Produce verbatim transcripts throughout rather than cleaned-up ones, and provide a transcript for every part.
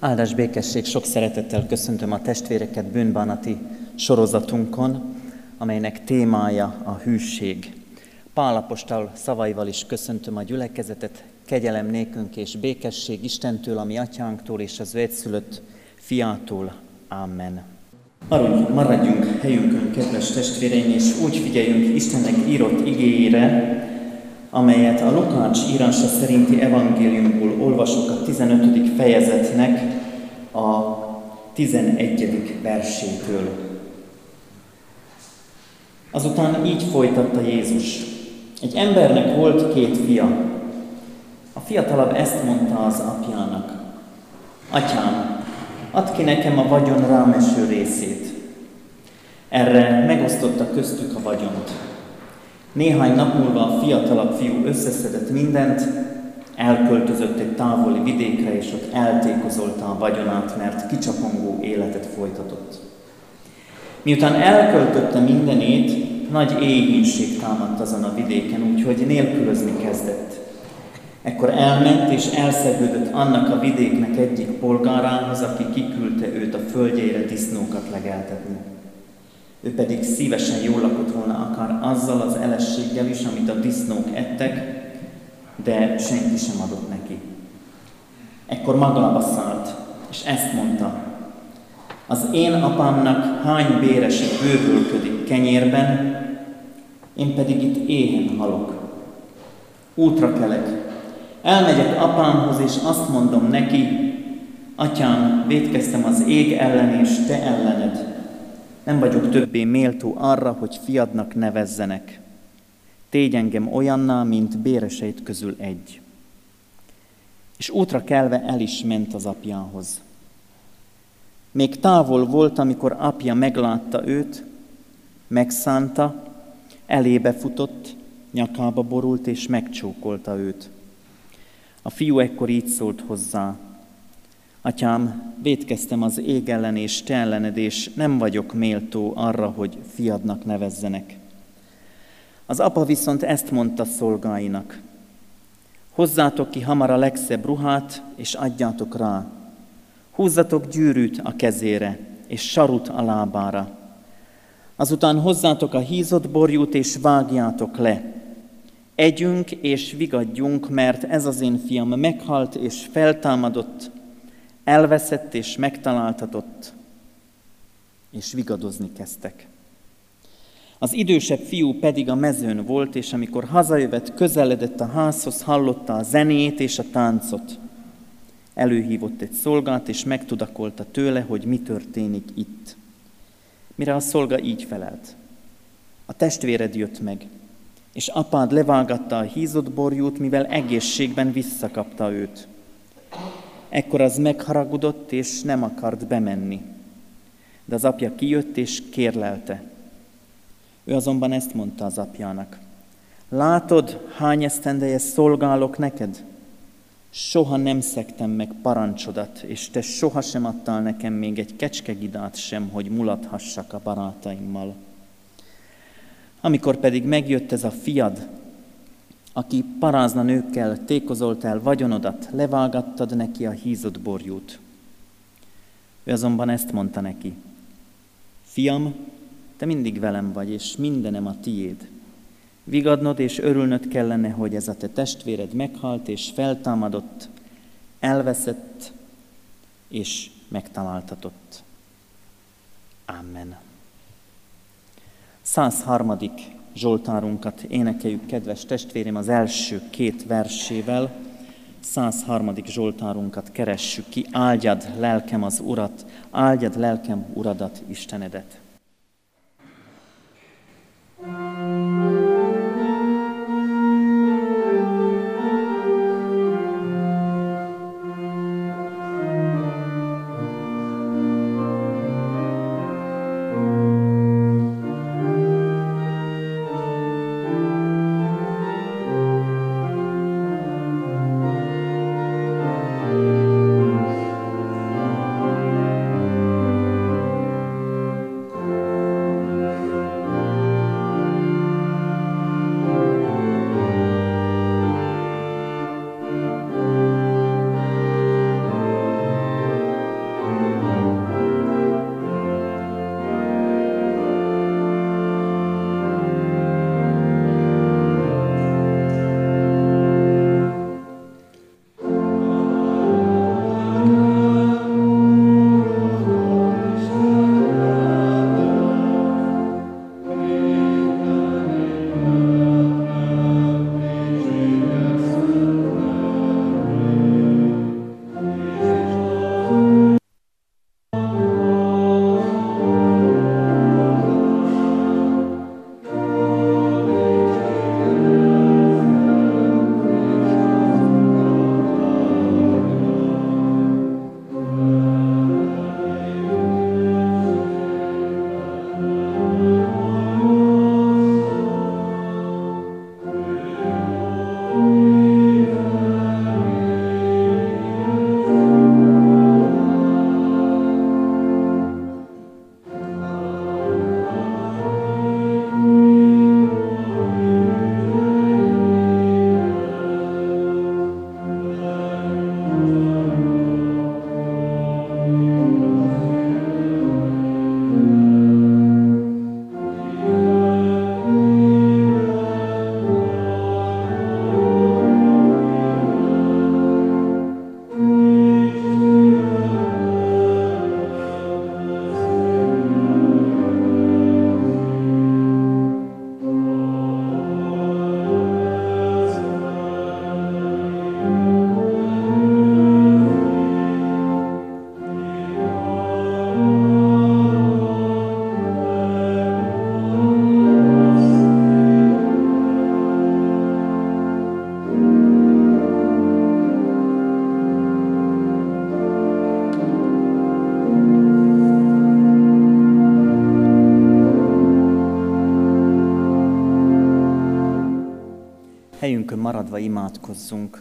Áldás békesség, sok szeretettel köszöntöm a testvéreket bűnbánati sorozatunkon, amelynek témája a hűség. Pál apostol szavaival is köszöntöm a gyülekezetet, kegyelem nékünk és békesség Istentől, a mi atyánktól és az ő egyszülött fiától. Amen. Maradjunk helyünkön, kedves testvéreim, és úgy figyeljünk Istennek írott igéjére, amelyet a Lukács írása szerinti evangéliumból olvasok a tizenötödik fejezetnek a tizenegyedik versétől. Azután így folytatta Jézus. Egy embernek volt két fia. A fiatalabb ezt mondta az apjának. Atyám, add ki nekem a vagyon rám eső részét. Erre megosztotta köztük a vagyont. Néhány nap múlva a fiatalabb fiú összeszedett mindent, elköltözött egy távoli vidékre, és ott eltékozolta a vagyonát, mert kicsapongó életet folytatott. Miután elköltötte mindenét, nagy éhínség támadt azon a vidéken, úgyhogy nélkülözni kezdett. Ekkor elment és elszegődött annak a vidéknek egyik polgárához, aki kiküldte őt a földjeire disznókat legeltetni. Ő pedig szívesen jól lakott volna akár azzal az elességgel is, amit a disznók ettek, de senki sem adott neki. Ekkor magába szállt, és ezt mondta: az én apámnak hány bérese bővölködik kenyérben, én pedig itt éhen halok. Útra kelek, elmegyek apámhoz, és azt mondom neki: atyám, vétkeztem az ég ellen és te ellened. Nem vagyok többé méltó arra, hogy fiadnak nevezzenek. Tégy engem olyanná, mint béreseit közül egy. És útra kelve el is ment az apjához. Még távol volt, amikor apja meglátta őt, megszánta, elébe futott, nyakába borult és megcsókolta őt. A fiú ekkor így szólt hozzá: atyám, vétkeztem az ég ellen és te ellened, és nem vagyok méltó arra, hogy fiadnak nevezzenek. Az apa viszont ezt mondta szolgáinak: hozzátok ki hamar a legszebb ruhát, és adjátok rá. Húzzatok gyűrűt a kezére, és sarut a lábára. Azután hozzátok a hízott borjút, és vágjátok le. Együnk és vigadjunk, mert ez az én fiam meghalt és feltámadott, elveszett és megtaláltatott, és vigadozni kezdtek. Az idősebb fiú pedig a mezőn volt, és amikor hazajövet, közeledett a házhoz, hallotta a zenét és a táncot. Előhívott egy szolgát, és megtudakolta tőle, hogy mi történik itt. Mire a szolga így felelt: a testvéred jött meg, és apád levágatta a hízott borjút, mivel egészségben visszakapta őt. Ekkor az megharagudott, és nem akart bemenni. De az apja kijött, és kérlelte. Ő azonban ezt mondta az apjának: látod, hány esztendeje szolgálok neked? Soha nem szegtem meg parancsodat, és te sohasem adtál nekem még egy kecskegidát sem, hogy mulathassak a barátaimmal. Amikor pedig megjött ez a fiad, aki parázna nőkkel tékozolt el vagyonodat, levágattad neki a hízott borjút. Ő azonban ezt mondta neki: fiam, te mindig velem vagy, és mindenem a tiéd. Vigadnod és örülnöd kellene, hogy ez a te testvéred meghalt és feltámadott, elveszett és megtaláltatott. Amen. száz harmadik Zsoltárunkat énekeljük, kedves testvérem, az első két versével. száz harmadik Zsoltárunkat keressük ki. Áldjad lelkem az Urat, áldjad lelkem Uradat, Istenedet. Helyünkön maradva imádkozzunk.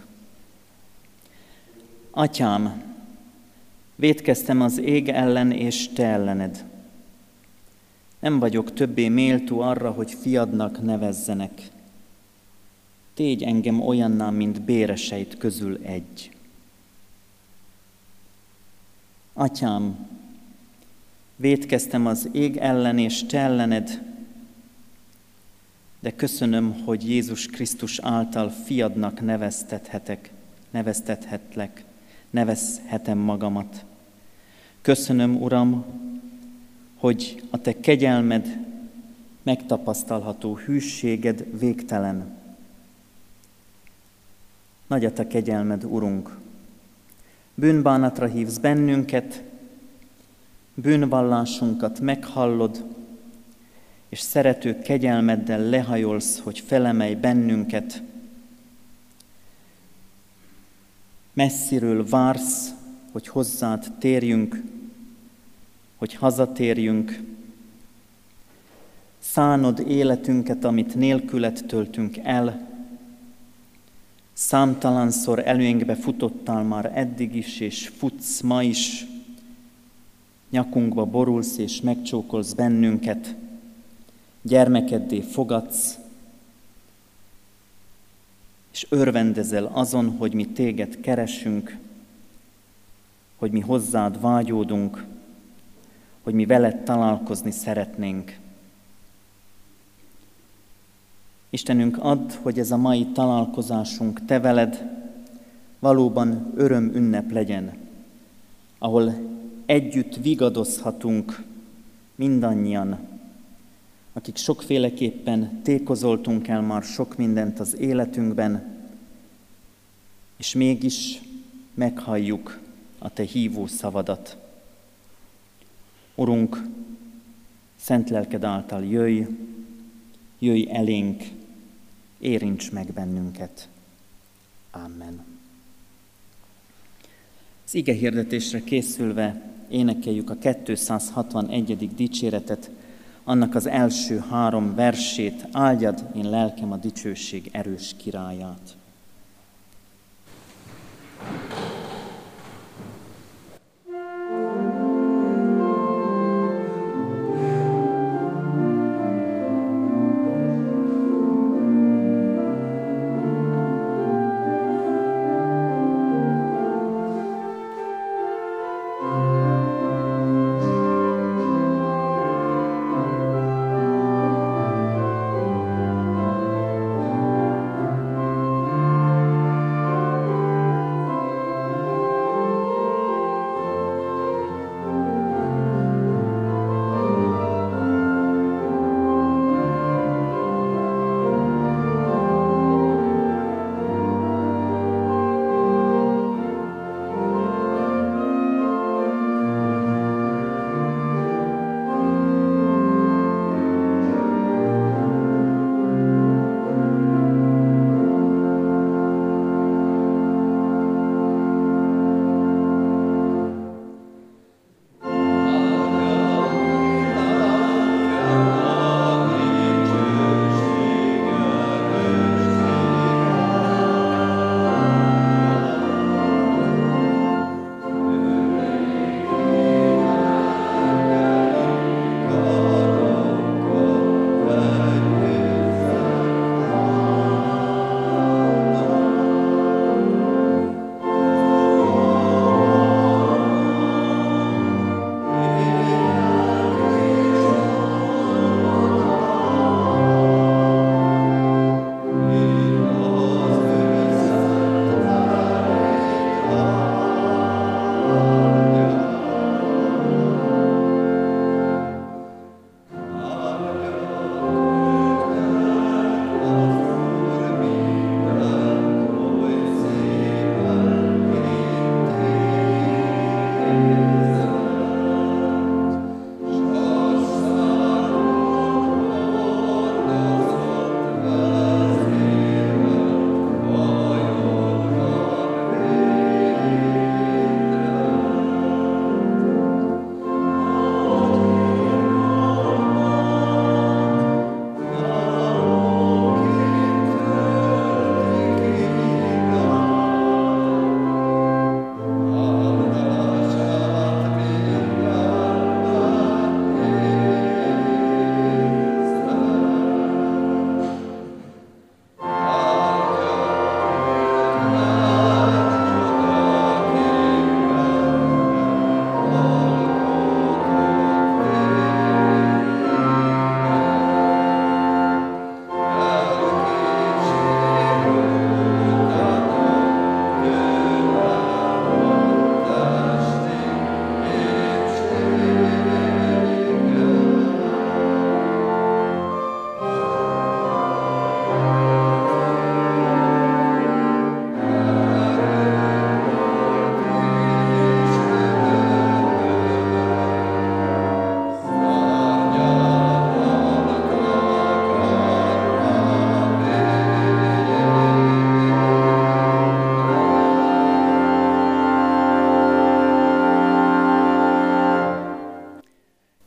Atyám, vétkeztem az ég ellen és te ellened. Nem vagyok többé méltó arra, hogy fiadnak nevezzenek. Tégy engem olyanná, mint béreseit közül egy. Atyám, vétkeztem az ég ellen és te ellened, de köszönöm, hogy Jézus Krisztus által fiadnak neveztethetek, neveztethetlek, nevezhetem magamat. Köszönöm, Uram, hogy a te kegyelmed, megtapasztalható hűséged végtelen. Nagy a te kegyelmed, Urunk. Bűnbánatra hívsz bennünket, bűnvallásunkat meghallod, és szerető kegyelmeddel lehajolsz, hogy felemelj bennünket. Messziről vársz, hogy hozzád térjünk, hogy hazatérjünk. Szánod életünket, amit nélküled töltünk el. Számtalanszor előnkbe futottál már eddig is, és futsz ma is. Nyakunkba borulsz, és megcsókolsz bennünket. Gyermekeddé fogadsz, és örvendezel azon, hogy mi téged keresünk, hogy mi hozzád vágyódunk, hogy mi veled találkozni szeretnénk. Istenünk, add, hogy ez a mai találkozásunk te veled valóban öröm ünnep legyen, ahol együtt vigadozhatunk mindannyian, akik sokféleképpen tékozoltunk el már sok mindent az életünkben, és mégis meghalljuk a te hívó szavadat. Urunk, szent lelked által jöjj, jöjj elénk, érints meg bennünket. Amen. Az ige hirdetésre készülve énekeljük a kétszázhatvanegyedik dicséretet, annak az első három versét: áldjad én lelkem a dicsőség erős királyát. Amen.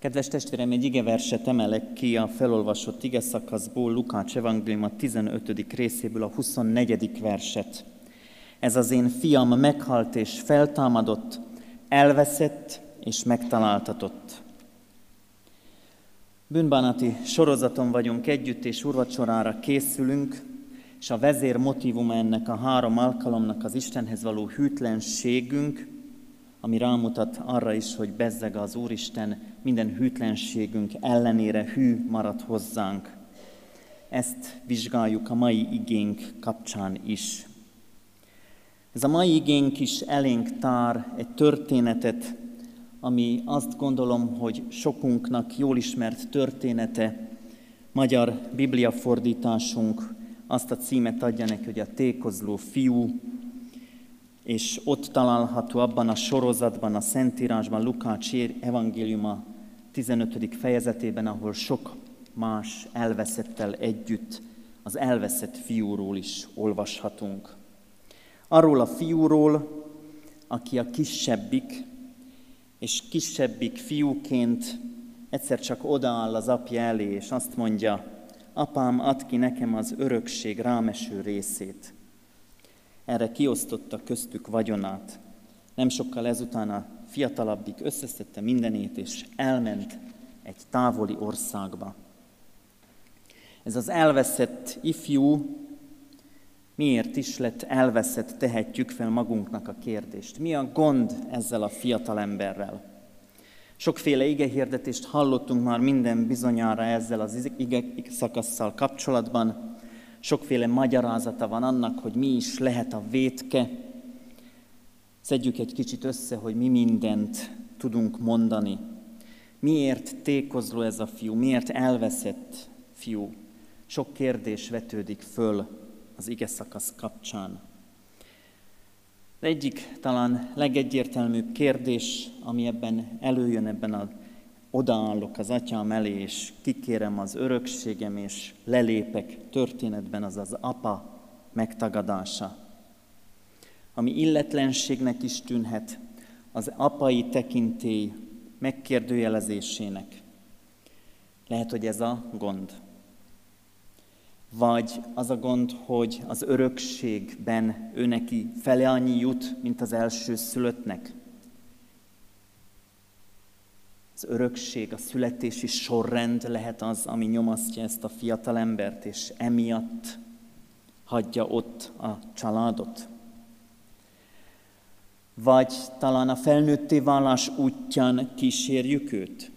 Kedves testvérem, egy igeverset emelek ki a felolvasott igeszakaszból, Lukács evangéliuma tizenötödik részéből a huszonnegyedik verset. Ez az én fiam meghalt és feltámadott, elveszett és megtaláltatott. Bűnbánati sorozaton vagyunk együtt, és úrvacsorára készülünk, és a vezér motívuma ennek a három alkalomnak az Istenhez való hűtlenségünk, ami rámutat arra is, hogy bezzeg az Úristen minden hűtlenségünk ellenére hű marad hozzánk. Ezt vizsgáljuk a mai igénk kapcsán is. Ez a mai igénk is elénk tár egy történetet, ami azt gondolom, hogy sokunknak jól ismert története. Magyar bibliafordításunk azt a címet adja neki, hogy a tékozló fiú, és ott található abban a sorozatban, a Szentírásban, Lukács evangéliuma tizenötödik fejezetében, ahol sok más elveszettel együtt az elveszett fiúról is olvashatunk. Arról a fiúról, aki a kisebbik, és kisebbik fiúként egyszer csak odaáll az apja elé, és azt mondja: apám, add ki nekem az örökség rámeső részét. Erre kiosztotta köztük vagyonát. Nem sokkal ezután a fiatalabbik összeszedte mindenét, és elment egy távoli országba. Ez az elveszett ifjú miért is lett elveszett, tehetjük fel magunknak a kérdést. Mi a gond ezzel a fiatalemberrel? Sokféle igehirdetést hallottunk már minden bizonyára ezzel az ige szakasszal kapcsolatban. Sokféle magyarázata van annak, hogy mi is lehet a vétke. Szedjük egy kicsit össze, hogy mi mindent tudunk mondani. Miért tékozló ez a fiú? Miért elveszett fiú? Sok kérdés vetődik föl az ige szakasz kapcsán. De egyik talán legegyértelműbb kérdés, ami ebben előjön, ebben a odaállok az atyám elé, és kikérem az örökségem, és lelépek történetben, az az apa megtagadása. Ami illetlenségnek is tűnhet, az apai tekintély megkérdőjelezésének. Lehet, hogy ez a gond. Vagy az a gond, hogy az örökségben ő neki fele annyi jut, mint az első szülöttnek. Az örökség, a születési sorrend lehet az, ami nyomasztja ezt a fiatalembert, és emiatt hagyja ott a családot. Vagy talán a felnőtté válás útján kísérjük őt,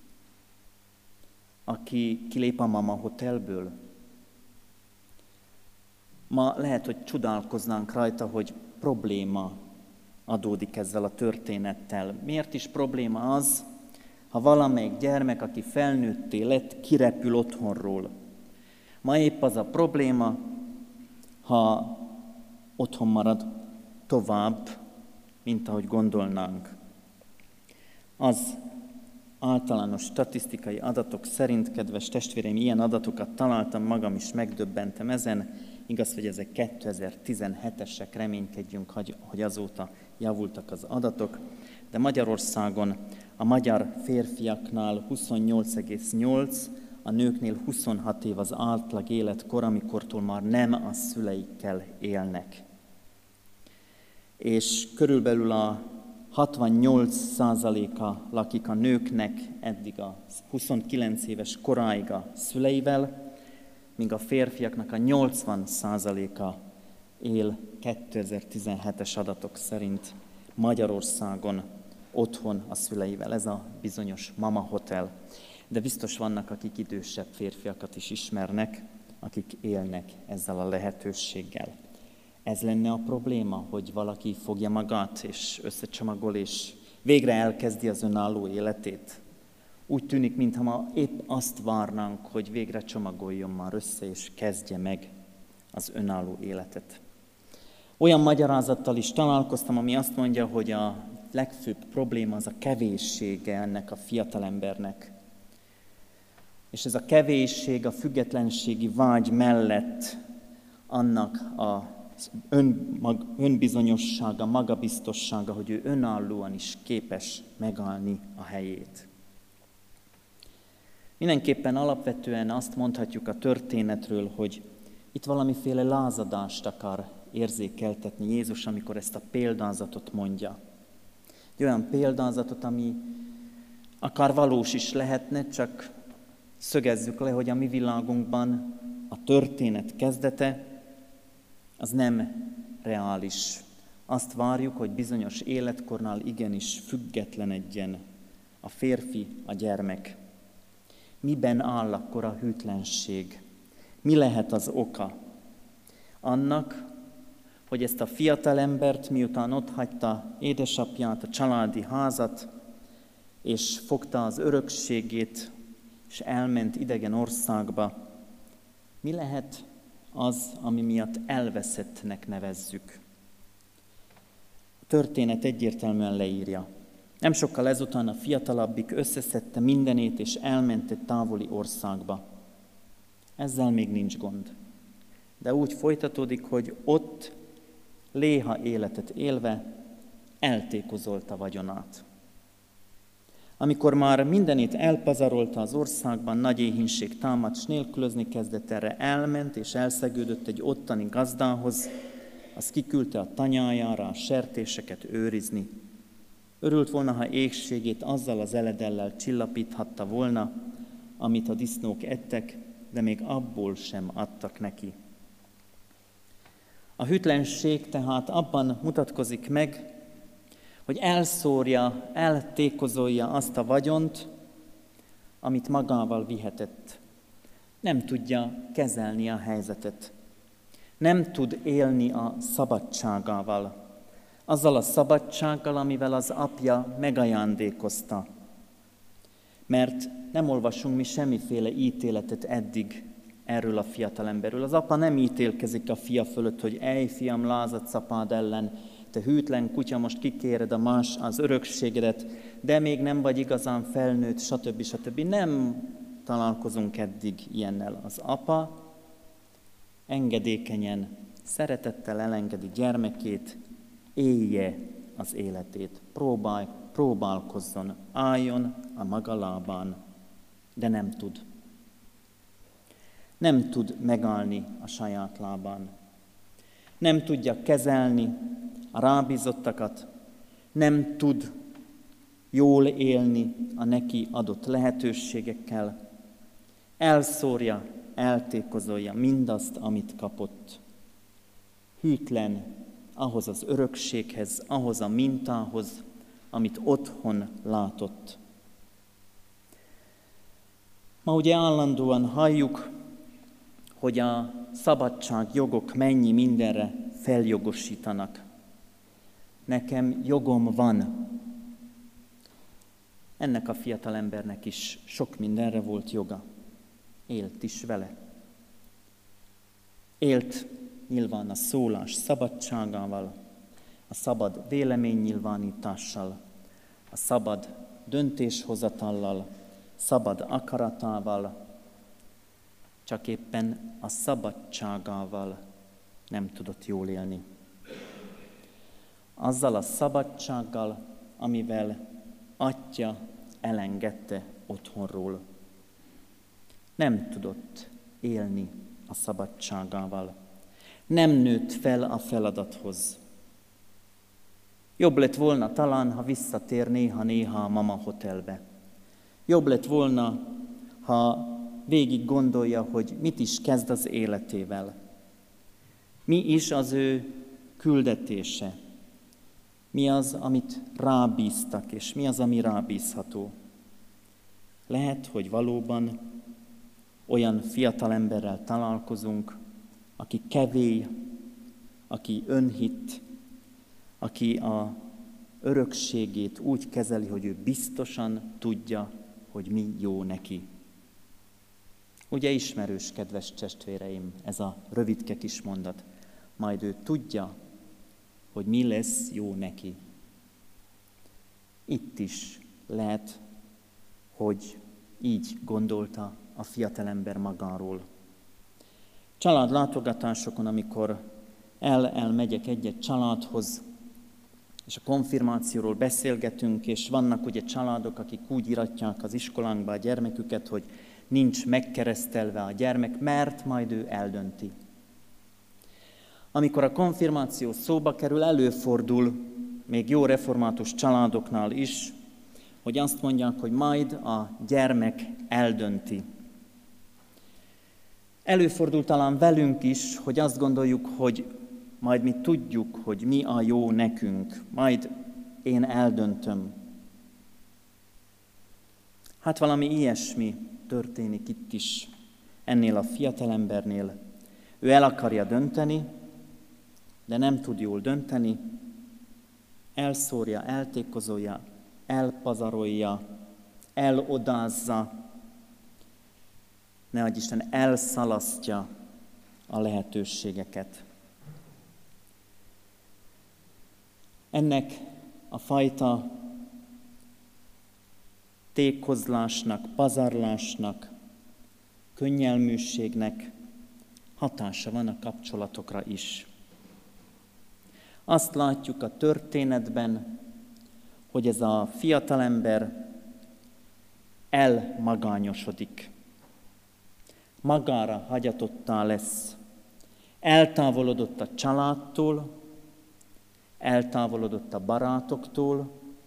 aki kilép a mama hotelből. Ma lehet, hogy csodálkoznánk rajta, hogy probléma adódik ezzel a történettel. Miért is probléma az, ha valamelyik gyermek, aki felnőtté lett, kirepül otthonról? Ma épp az a probléma, ha otthon marad tovább, mint ahogy gondolnánk. Az általános statisztikai adatok szerint, kedves testvéreim, ilyen adatokat találtam, magam is megdöbbentem ezen. Igaz, hogy ezek kétezer-tizenhetesek, reménykedjünk, hogy azóta javultak az adatok, de Magyarországon a magyar férfiaknál huszonnyolc egész nyolc, a nőknél huszonhat év az átlag életkor, amikortól már nem a szüleikkel élnek. És körülbelül a hatvannyolc százaléka lakik a nőknek eddig a huszonkilenc éves koráig a szüleivel, míg a férfiaknak a nyolcvan százaléka él kétezer-tizenhetes adatok szerint Magyarországon otthon a szüleivel. Ez a bizonyos mama hotel. De biztos vannak, akik idősebb férfiakat is ismernek, akik élnek ezzel a lehetőséggel. Ez lenne a probléma, hogy valaki fogja magát, és összecsomagol, és végre elkezdi az önálló életét. Úgy tűnik, mintha ma épp azt várnánk, hogy végre csomagoljon már össze, és kezdje meg az önálló életet. Olyan magyarázattal is találkoztam, ami azt mondja, hogy a legfőbb probléma az a kevéssége ennek a fiatalembernek. És ez a kevésség, a függetlenségi vágy mellett annak a ön, mag, önbizonyossága, magabiztossága, hogy ő önállóan is képes megállni a helyét. Mindenképpen alapvetően azt mondhatjuk a történetről, hogy itt valamiféle lázadást akar érzékeltetni Jézus, amikor ezt a példázatot mondja. Egy olyan példázatot, ami akár valós is lehetne, csak szögezzük le, hogy a mi világunkban a történet kezdete az nem reális. Azt várjuk, hogy bizonyos életkornál igenis függetlenedjen a férfi, a gyermek. Miben áll akkor a hűtlenség? Mi lehet az oka? Annak, hogy ezt a fiatalembert, miután otthagyta édesapját, a családi házat, és fogta az örökségét, és elment idegen országba, mi lehet az, ami miatt elveszettnek nevezzük? A történet egyértelműen leírja. Nem sokkal ezután a fiatalabbik összeszedte mindenét, és elment egy távoli országba. Ezzel még nincs gond. De úgy folytatódik, hogy ott léha életet élve eltékozolta vagyonát. Amikor már mindenét elpazarolta az országban, nagy éhínség támadt, s nélkülözni kezdett, erre elment és elszegődött egy ottani gazdához, az kiküldte a tanyájára a sertéseket őrizni. Örült volna, ha éhségét azzal az eledellel csillapíthatta volna, amit a disznók ettek, de még abból sem adtak neki. A hűtlenség tehát abban mutatkozik meg, hogy elszórja, eltékozolja azt a vagyont, amit magával vihetett. Nem tudja kezelni a helyzetet. Nem tud élni a szabadságával. Azzal a szabadsággal, amivel az apja megajándékozta. Mert nem olvasunk mi semmiféle ítéletet eddig erről a fiatalemberről. Az apa nem ítélkezik a fia fölött, hogy ej, fiam, lázadsz apád ellen, te hűtlen kutya, most kikéred a más az örökségedet, de még nem vagy igazán felnőtt, stb. stb. Nem találkozunk eddig ilyennel. Az apa engedékenyen, szeretettel elengedi gyermekét, élje az életét, próbálj, próbálkozzon, álljon a maga lábán, de nem tud. Nem tud megállni a saját lábán. Nem tudja kezelni a rábízottakat, nem tud jól élni a neki adott lehetőségekkel, elszórja, eltékozolja mindazt, amit kapott. Hűtlen ahhoz az örökséghez, ahhoz a mintához, amit otthon látott. Ma ugye állandóan halljuk, hogy a szabadságjogok mennyi mindenre feljogosítanak. Nekem jogom van. Ennek a fiatalembernek is sok mindenre volt joga. Élt is vele. Élt nyilván a szólás szabadságával, a szabad véleménynyilvánítással, a szabad döntéshozatallal, szabad akaratával, csak éppen a szabadságával nem tudott jól élni. Azzal a szabadsággal, amivel atya elengedte otthonról. Nem tudott élni a szabadságával. Nem nőtt fel a feladathoz. Jobb lett volna talán, ha visszatér néha-néha a mama hotelbe. Jobb lett volna, ha végig gondolja, hogy mit is kezd az életével. Mi is az ő küldetése. Mi az, amit rábíztak, és mi az, ami rábízható. Lehet, hogy valóban olyan fiatalemberrel találkozunk, aki kevély, aki önhit, aki a örökségét úgy kezeli, hogy ő biztosan tudja, hogy mi jó neki. Ugye ismerős, kedves testvéreim, ez a rövidke kis mondat. Majd ő tudja, hogy mi lesz jó neki. Itt is lehet, hogy így gondolta a fiatalember magáról. Családlátogatásokon, amikor el-el megyek egy-egy családhoz, és a konfirmációról beszélgetünk, és vannak ugye családok, akik úgy iratják az iskolánkba a gyermeküket, hogy nincs megkeresztelve a gyermek, mert majd ő eldönti. Amikor a konfirmáció szóba kerül, előfordul, még jó református családoknál is, hogy azt mondják, hogy majd a gyermek eldönti. Előfordul talán velünk is, hogy azt gondoljuk, hogy majd mi tudjuk, hogy mi a jó nekünk, majd én eldöntöm. Hát valami ilyesmi történik itt is, ennél a fiatalembernél. Ő el akarja dönteni, de nem tud jól dönteni, elszórja, eltékozolja, elpazarolja, elodázza, nehogy Isten elszalasztja a lehetőségeket. Ennek a fajta tékozlásnak, pazarlásnak, könnyelműségnek hatása van a kapcsolatokra is. Azt látjuk a történetben, hogy ez a fiatalember elmagányosodik. Magára hagyatottá lesz. Eltávolodott a családtól, eltávolodott a barátoktól,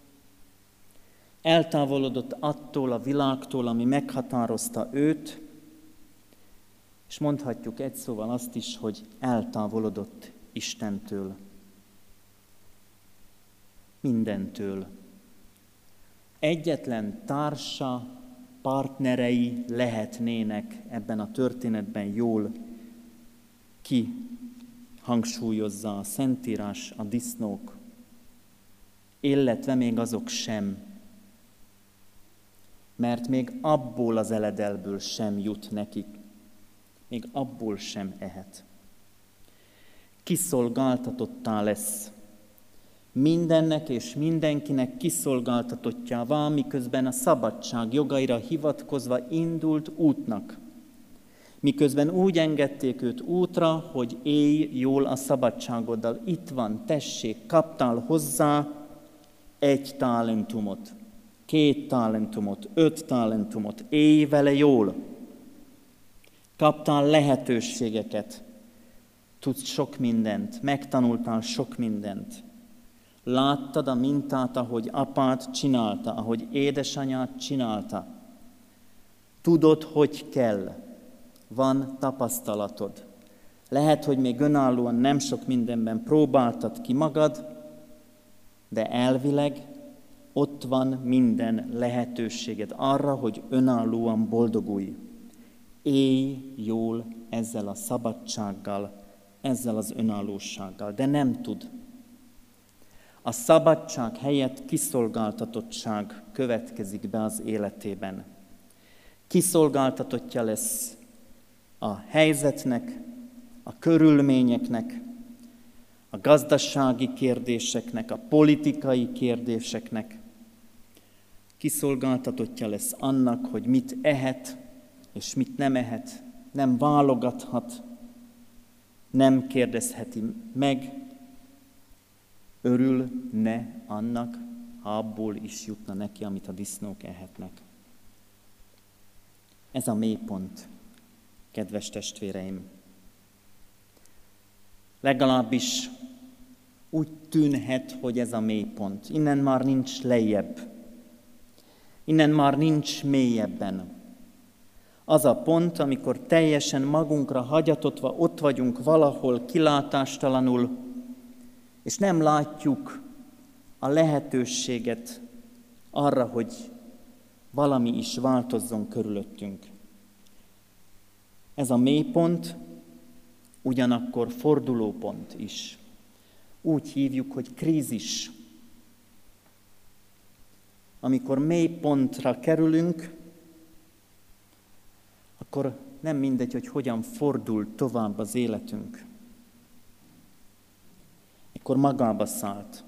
eltávolodott attól a világtól, ami meghatározta őt, és mondhatjuk egy szóval azt is, hogy eltávolodott Istentől. Mindentől. Egyetlen társa, partnerei lehetnének ebben a történetben jól ki hangsúlyozza a Szentírás, a disznók, illetve még azok sem, mert még abból az eledelből sem jut nekik, még abból sem ehet. Kiszolgáltatottá lesz, mindennek és mindenkinek kiszolgáltatottjává, miközben a szabadság jogaira hivatkozva indult útnak. Miközben úgy engedték őt útra, hogy élj jól a szabadságoddal. Itt van, tessék, kaptál hozzá egy talentumot, két talentumot, öt talentumot, élj vele jól. Kaptál lehetőségeket, tudsz sok mindent, megtanultál sok mindent. Láttad a mintát, ahogy apád csinálta, ahogy édesanyád csinálta. Tudod, hogy kell. Van tapasztalatod. Lehet, hogy még önállóan nem sok mindenben próbáltad ki magad, de elvileg ott van minden lehetőséged arra, hogy önállóan boldogulj. Élj jól ezzel a szabadsággal, ezzel az önállósággal, de nem tud. A szabadság helyett kiszolgáltatottság következik be az életében. Kiszolgáltatottja lesz a helyzetnek, a körülményeknek, a gazdasági kérdéseknek, a politikai kérdéseknek. Kiszolgáltatottja lesz annak, hogy mit ehet és mit nem ehet, nem válogathat, nem kérdezheti meg, örülne annak, ha abból is jutna neki, amit a disznók ehetnek. Ez a mélypont, kedves testvéreim. Legalábbis úgy tűnhet, hogy ez a mélypont. Innen már nincs lejjebb. Innen már nincs mélyebben. Az a pont, amikor teljesen magunkra hagyatotva ott vagyunk valahol kilátástalanul, és nem látjuk a lehetőséget arra, hogy valami is változzon körülöttünk. Ez a mélypont ugyanakkor fordulópont is. Úgy hívjuk, hogy krízis. Amikor mélypontra kerülünk, akkor nem mindegy, hogy hogyan fordul tovább az életünk. Akkor magába szállt.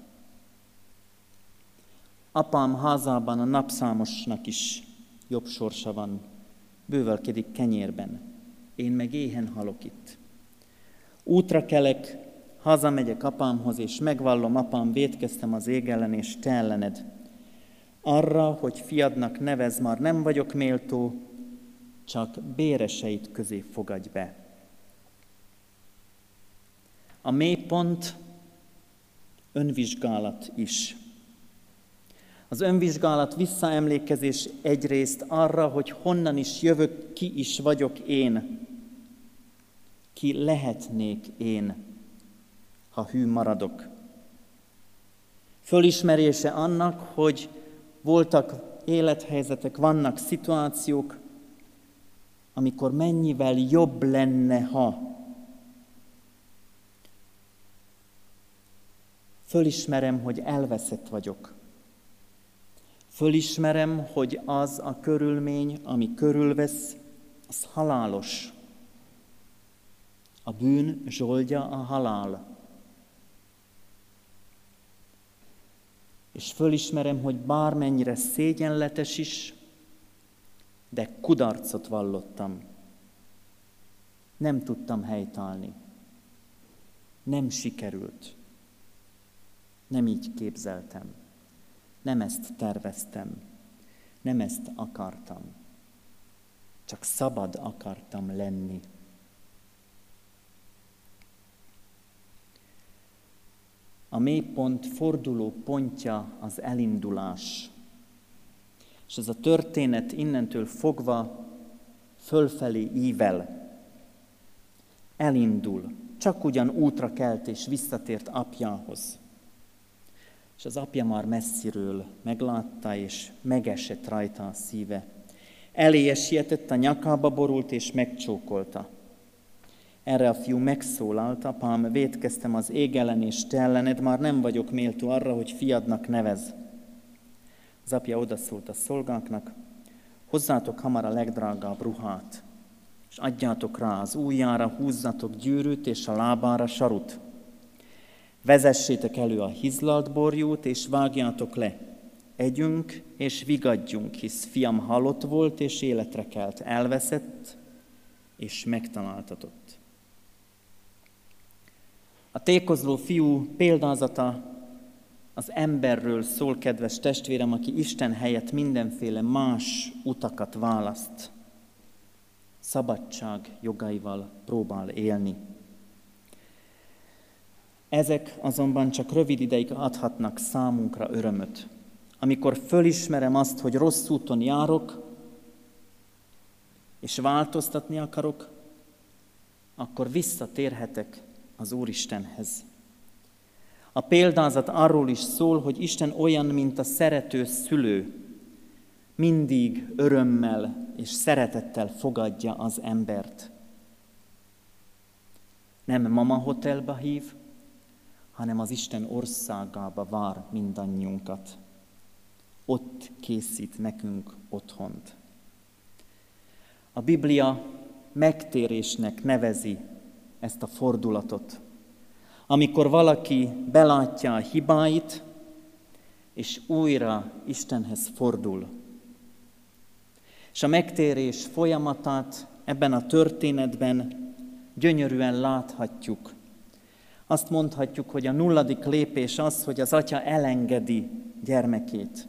Apám házában a napszámosnak is jobb sorsa van, bővelkedik kenyérben. Én meg éhen halok itt. Útra kelek, hazamegyek apámhoz, és megvallom, apám, vétkeztem az ég ellen és te ellened. Arra, hogy fiadnak nevez, már nem vagyok méltó, csak béreseid közé fogadj be. A mélypont önvizsgálat is. Az önvizsgálat visszaemlékezés egyrészt arra, hogy honnan is jövök, ki is vagyok én, ki lehetnék én, ha hű maradok. Fölismerése annak, hogy voltak élethelyzetek, vannak szituációk, amikor mennyivel jobb lenne, ha fölismerem, hogy elveszett vagyok. Fölismerem, hogy az a körülmény, ami körülvesz, az halálos. A bűn zsoldja a halál. És fölismerem, hogy bármennyire szégyenletes is, de kudarcot vallottam. Nem tudtam helytállni. Nem sikerült. Nem így képzeltem. Nem ezt terveztem. Nem ezt akartam. Csak szabad akartam lenni. A mélypont forduló pontja az elindulás. És ez a történet innentől fogva fölfelé ível. Elindul. Csak ugyan útra kelt és visszatért apjához. És az apja már messziről meglátta, és megesett rajta a szíve. Eléje sietett, a nyakába borult, és megcsókolta. Erre a fiú megszólalt, apám, vétkeztem az ég ellen, és te ellened, már nem vagyok méltó arra, hogy fiadnak nevez. Az apja odaszólt a szolgáknak, hozzátok hamar a legdrágább ruhát, és adjátok rá az ujjára, húzzatok gyűrűt, és a lábára sarut. Vezessétek elő a hizlalt borjút, és vágjátok le. Együnk, és vigadjunk, hisz fiam halott volt, és életre kelt, elveszett, és megtaláltatott. A tékozló fiú példázata az emberről szól, kedves testvérem, aki Isten helyett mindenféle más utakat választ. Szabadság jogaival próbál élni. Ezek azonban csak rövid ideig adhatnak számunkra örömöt. Amikor fölismerem azt, hogy rossz úton járok, és változtatni akarok, akkor visszatérhetek az Úristenhez. A példázat arról is szól, hogy Isten olyan, mint a szerető szülő, mindig örömmel és szeretettel fogadja az embert. Nem mama hotelba hív, hanem az Isten országába vár mindannyiunkat. Ott készít nekünk otthont. A Biblia megtérésnek nevezi ezt a fordulatot, amikor valaki belátja a hibáit, és újra Istenhez fordul. És a megtérés folyamatát ebben a történetben gyönyörűen láthatjuk. Azt mondhatjuk, hogy a nulladik lépés az, hogy az atya elengedi gyermekét.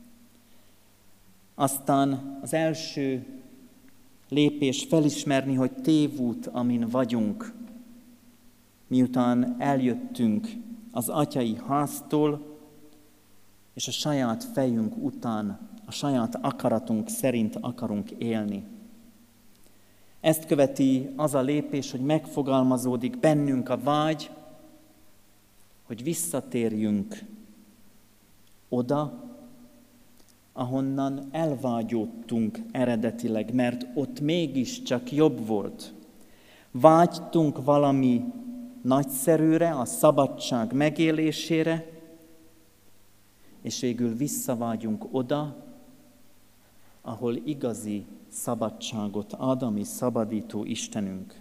Aztán az első lépés felismerni, hogy tévút, amin vagyunk, miután eljöttünk az atyai háztól, és a saját fejünk után, a saját akaratunk szerint akarunk élni. Ezt követi az a lépés, hogy megfogalmazódik bennünk a vágy, hogy visszatérjünk oda, ahonnan elvágyódtunk eredetileg, mert ott mégiscsak jobb volt. Vágytunk valami nagyszerűre, a szabadság megélésére, és végül visszavágyunk oda, ahol igazi szabadságot ad a mi szabadító Istenünk.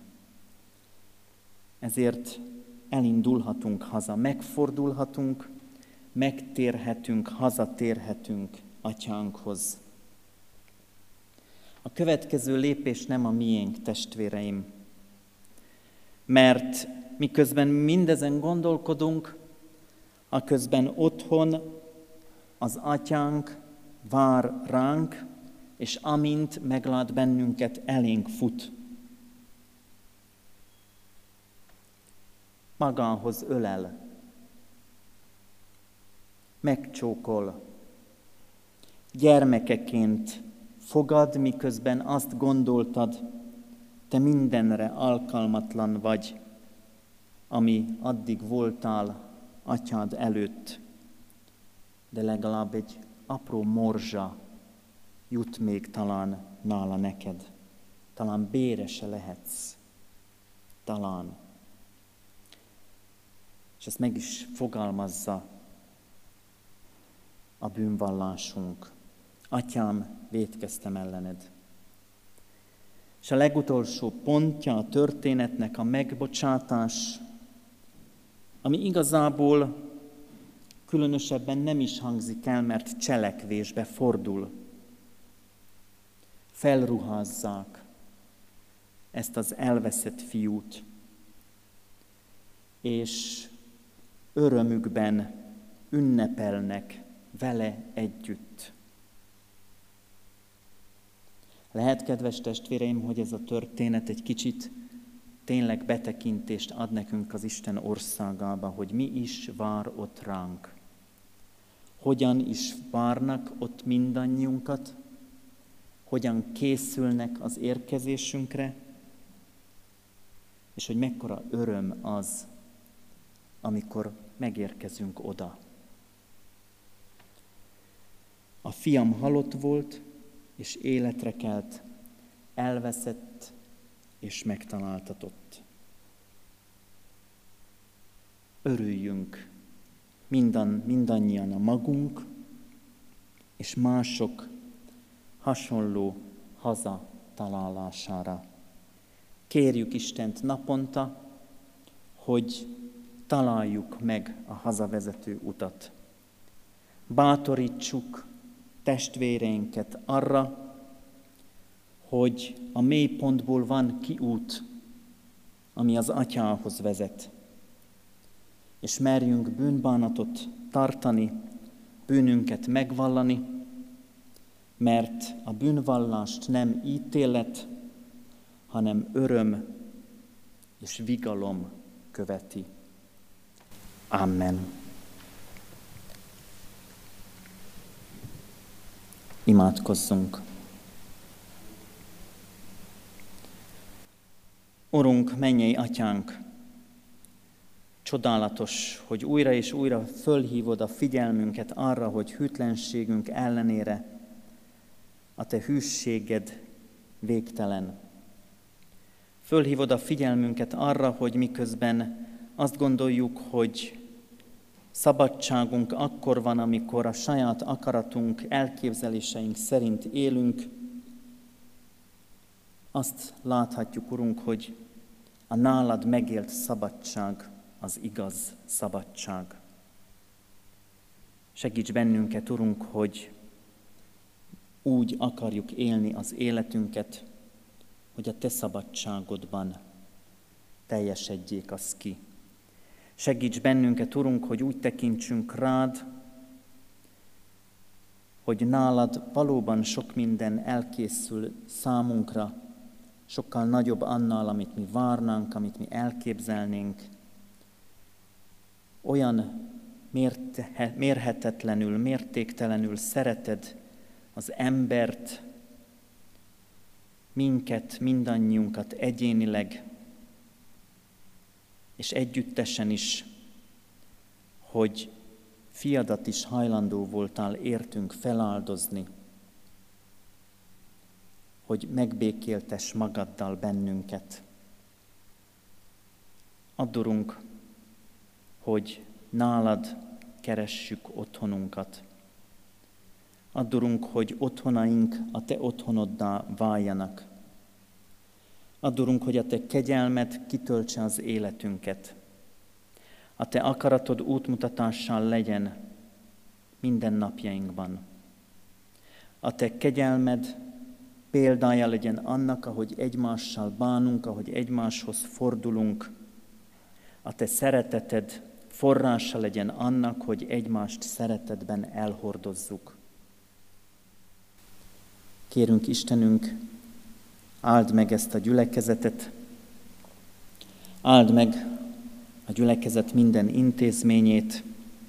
Ezért elindulhatunk haza, megfordulhatunk, megtérhetünk, hazatérhetünk atyánkhoz. A következő lépés nem a miénk, testvéreim, mert miközben mindezen gondolkodunk, aközben otthon az Atyánk vár ránk, és amint meglát bennünket, elénk fut. Magához ölel, megcsókol, gyermekeként fogad, miközben azt gondoltad, te mindenre alkalmatlan vagy, ami addig voltál atyád előtt, de legalább egy apró morzsa jut még talán nála neked. Talán bérese lehetsz. Talán. És ezt meg is fogalmazza a bűnvallásunk. Atyám, vétkeztem ellened. És a legutolsó pontja a történetnek a megbocsátás, ami igazából különösebben nem is hangzik el, mert cselekvésbe fordul. Felruházzák ezt az elveszett fiút, és örömükben ünnepelnek vele együtt. Lehet, kedves testvéreim, hogy ez a történet egy kicsit tényleg betekintést ad nekünk az Isten országába, hogy mi is vár ott ránk. Hogyan is várnak ott mindannyiunkat, hogyan készülnek az érkezésünkre, és hogy mekkora öröm az, amikor megérkezünk oda. A fiam halott volt, és életre kelt, elveszett és megtaláltatott. Örüljünk mindan, mindannyian a magunk és mások hasonló haza találására. Kérjük Istent naponta, hogy találjuk meg a hazavezető utat. Bátorítsuk testvéreinket arra, hogy a mélypontból van kiút, ami az Atyához vezet. És merjünk bűnbánatot tartani, bűnünket megvallani, mert a bűnvallást nem ítélet, hanem öröm és vigalom követi. Amen. Imádkozzunk. Urunk, mennyei Atyánk, csodálatos, hogy újra és újra fölhívod a figyelmünket arra, hogy hűtlenségünk ellenére a Te hűséged végtelen. Fölhívod a figyelmünket arra, hogy miközben azt gondoljuk, hogy szabadságunk akkor van, amikor a saját akaratunk, elképzeléseink szerint élünk, azt láthatjuk, Urunk, hogy a nálad megélt szabadság az igaz szabadság. Segíts bennünket, Urunk, hogy úgy akarjuk élni az életünket, hogy a Te szabadságodban teljesedjék az ki. Segíts bennünket, Urunk, hogy úgy tekintsünk rád, hogy nálad valóban sok minden elkészül számunkra, sokkal nagyobb annál, amit mi várnánk, amit mi elképzelnénk. Olyan mérhetetlenül, mértéktelenül szereted az embert, minket, mindannyiunkat egyénileg, és együttesen is, hogy fiadat is hajlandó voltál értünk feláldozni, hogy megbékéltess magaddal bennünket. Add, Urunk, hogy nálad keressük otthonunkat. Add, Urunk, hogy otthonaink a Te otthonoddá váljanak. Add, Urunk, hogy a Te kegyelmed kitöltse az életünket. A Te akaratod útmutatással legyen minden napjainkban. A Te kegyelmed példája legyen annak, ahogy egymással bánunk, ahogy egymáshoz fordulunk, a te szereteted forrása legyen annak, hogy egymást szeretetben elhordozzuk. Kérünk Istenünk, áld meg ezt a gyülekezetet, áld meg a gyülekezet minden intézményét,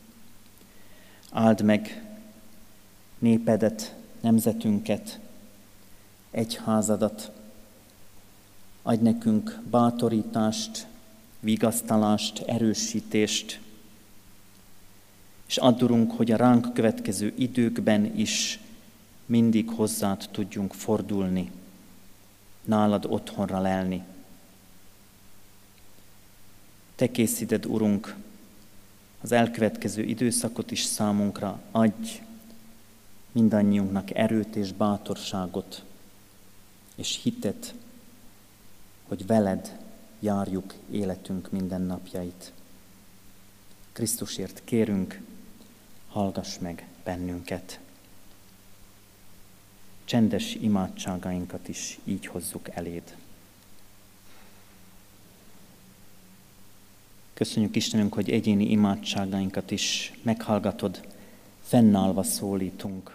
áld meg népedet, nemzetünket, egyházadat, adj nekünk bátorítást, vigasztalást, erősítést, és add, Urunk, hogy a ránk következő időkben is mindig hozzád tudjunk fordulni, nálad otthonra lelni. Te készíted, Urunk, az elkövetkező időszakot is számunkra, adj mindannyiunknak erőt és bátorságot, és hitet, hogy veled járjuk életünk mindennapjait. Krisztusért kérünk, hallgass meg bennünket. Csendes imádságainkat is így hozzuk eléd. Köszönjük Istenünk, hogy egyéni imádságainkat is meghallgatod, fennállva szólítunk.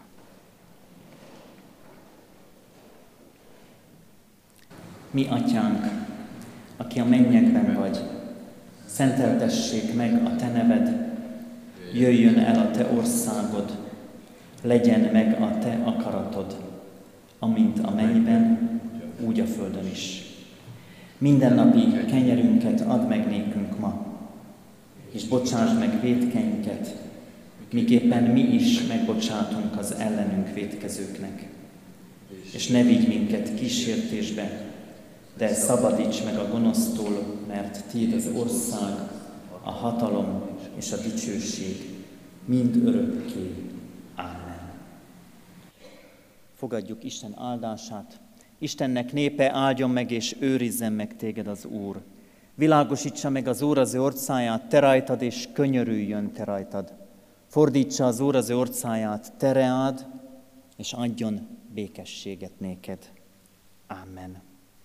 Mi Atyánk, aki a mennyekben vagy, szenteltessék meg a te neved, jöjjön el a te országod, legyen meg a te akaratod, amint a mennyben, úgy a földön is. Mindennapi kenyerünket add meg nékünk ma, és bocsásd meg vétkeinket, miképpen mi is megbocsátunk az ellenünk vétkezőknek. És ne vigy minket kísértésbe, de szabadíts meg a gonosztól, mert tiéd az ország, a hatalom és a dicsőség mind örökké. Ámen. Fogadjuk Isten áldását. Istennek népe, áldjon meg és őrizzen meg téged az Úr. Világosítsa meg az Úr az ő orcáját te rajtad, és könyörüljön te rajtad. Fordítsa az Úr az ő orcáját te reád, és adjon békességet néked. Ámen.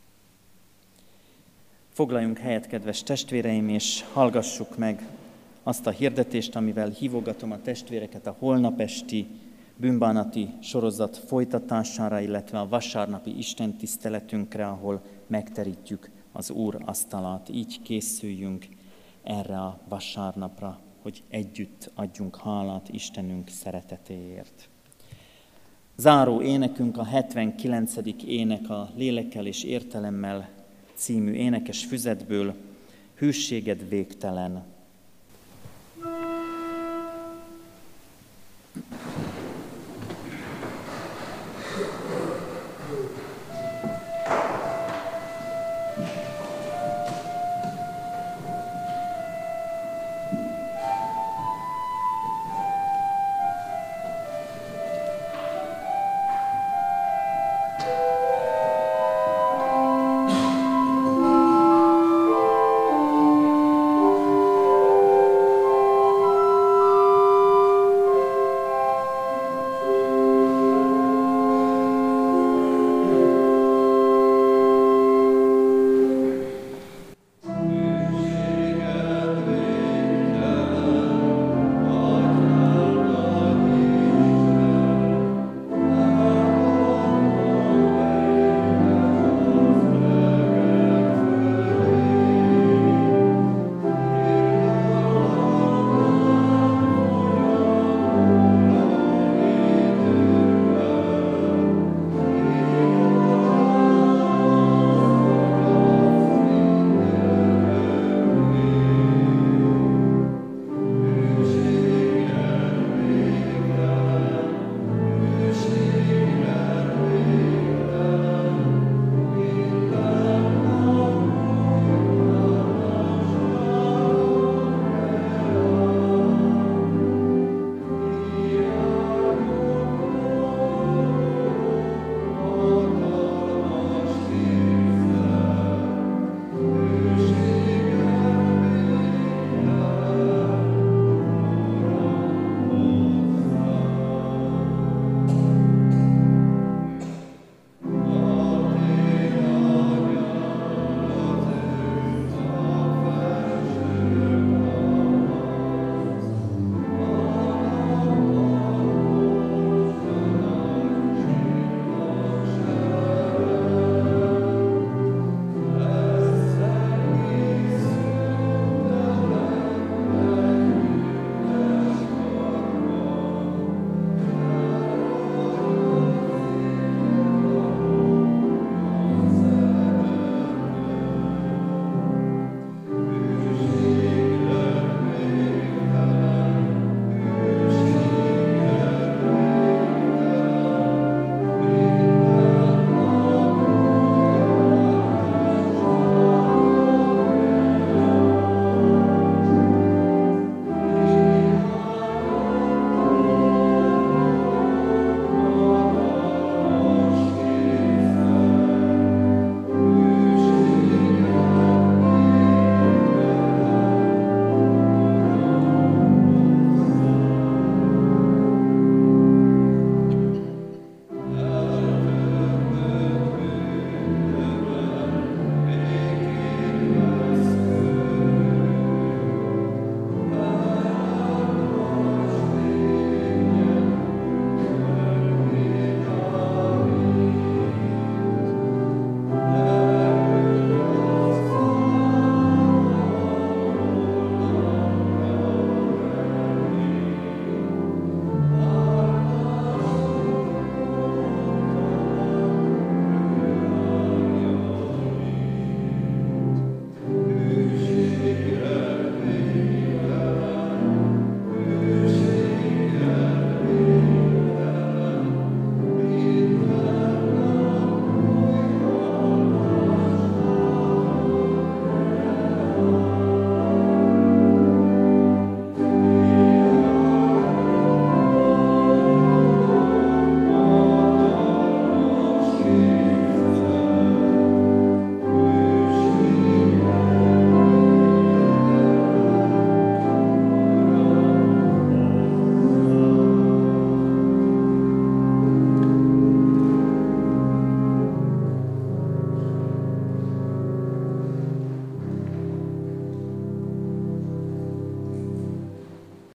Foglaljunk helyet, kedves testvéreim, és hallgassuk meg azt a hirdetést, amivel hívogatom a testvéreket a holnapesti bűnbánati sorozat folytatására, illetve a vasárnapi istentiszteletünkre, ahol megterítjük az Úr asztalát. Így készüljünk erre a vasárnapra, hogy együtt adjunk hálát Istenünk szeretetéért. Záró énekünk a hetvenkilencedik ének, a Lélekkel és értelemmel című énekes füzetből, Hűséged végtelen.